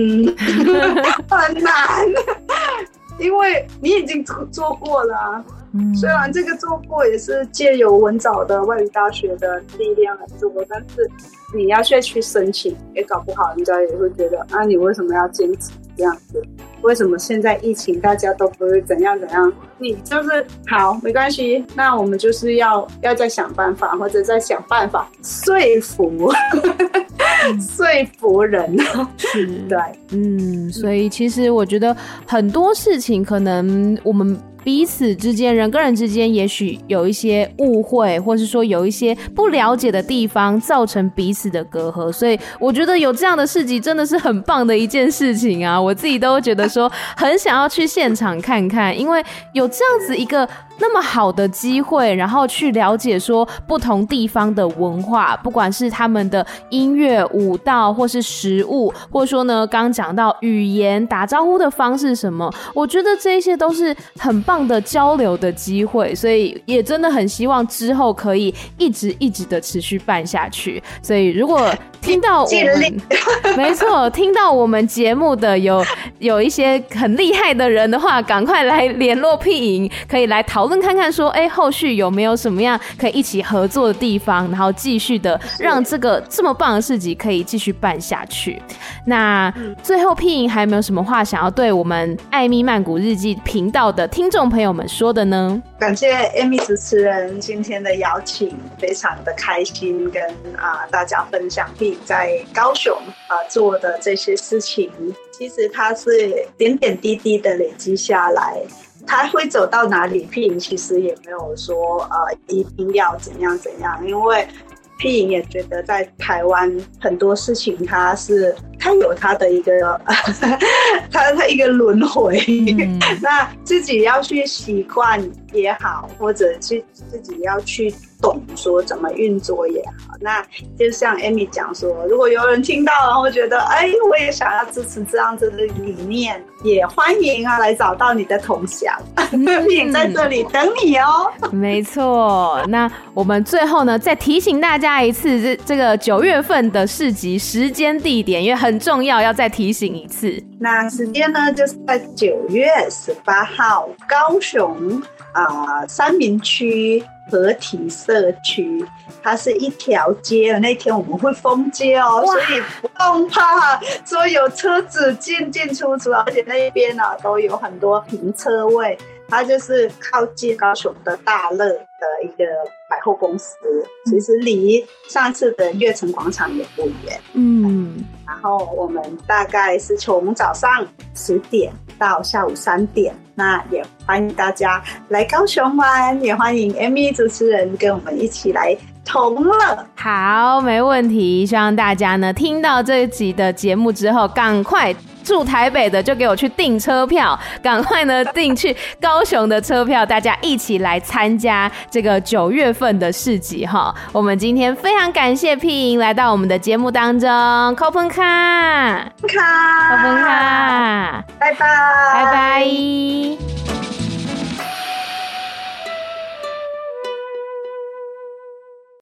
Speaker 2: 很难，因为你已经做过了啊。虽然这个做过也是借由文藻的外语大学的力量来做，但是你要去申请，也搞不好人家也会觉得啊，你为什么要坚持这样子？为什么现在疫情大家都不会怎样怎样？你就是好没关系，那我们就是要再想办法，或者再想办法说服说服人。
Speaker 1: 是，
Speaker 2: 对，
Speaker 1: 所以其实我觉得很多事情可能我们彼此之间，人跟人之间也许有一些误会，或是说有一些不了解的地方，造成彼此的隔阂。所以我觉得有这样的市集真的是很棒的一件事情啊！我自己都觉得说很想要去现场看看，因为有这样子一个那么好的机会，然后去了解说不同地方的文化，不管是他们的音乐、舞蹈，或是食物，或者说呢，刚讲到语言、打招呼的方式什么，我觉得这些都是很棒的交流的机会，所以也真的很希望之后可以一直的持续办下去。所以如果听到我们没错，听到我们节目的有一些很厉害的人的话，赶快来联络屁营，可以来讨论看看说，后续有没有什么样可以一起合作的地方，然后继续的让这个这么棒的市集可以继续办下去。那最后屁营还有没有什么话想要对我们艾咪曼谷日记频道的听众朋友们说的呢？
Speaker 2: 感谢 Amy 主持人今天的邀请，非常的开心跟大家分享屁营在高雄做的这些事情。其实它是点点滴滴的累积下来，它会走到哪里，屁营其实也没有说一定要怎样，因为屁营也觉得在台湾很多事情它有它的一个它一个轮回，那自己要去习惯也好，或者自己要去懂说怎么运作也好。那就像 Amy 讲说，如果有人听到然后觉得我也想要支持这样子的理念，也欢迎来找到你的同乡，屁营在这里等你哦。
Speaker 1: 没错，那我们最后呢再提醒大家一次，这个9月份的市集时间地点，因为很重要，要再提醒一次。
Speaker 2: 那时间呢就是在9月18号高雄三民区合体社区，它是一条街，那天我们会封街哦，所以不用怕说有车子进出，而且那边都有很多停车位，它就是靠近高雄的大乐的一个百货公司，其实离上次的悦城广场也不远。然后我们大概是从早上10点到下午3点，那也欢迎大家来高雄玩，也欢迎 Amy 主持人跟我们一起来同乐。
Speaker 1: 好，没问题。希望大家呢听到这一集的节目之后，赶快住台北的就给我去订车票，赶快呢订去高雄的车票，大家一起来参加这个9月份的市集哈。我们今天非常感谢屁营来到我们的节目当中，考pun卡，
Speaker 2: 拜拜。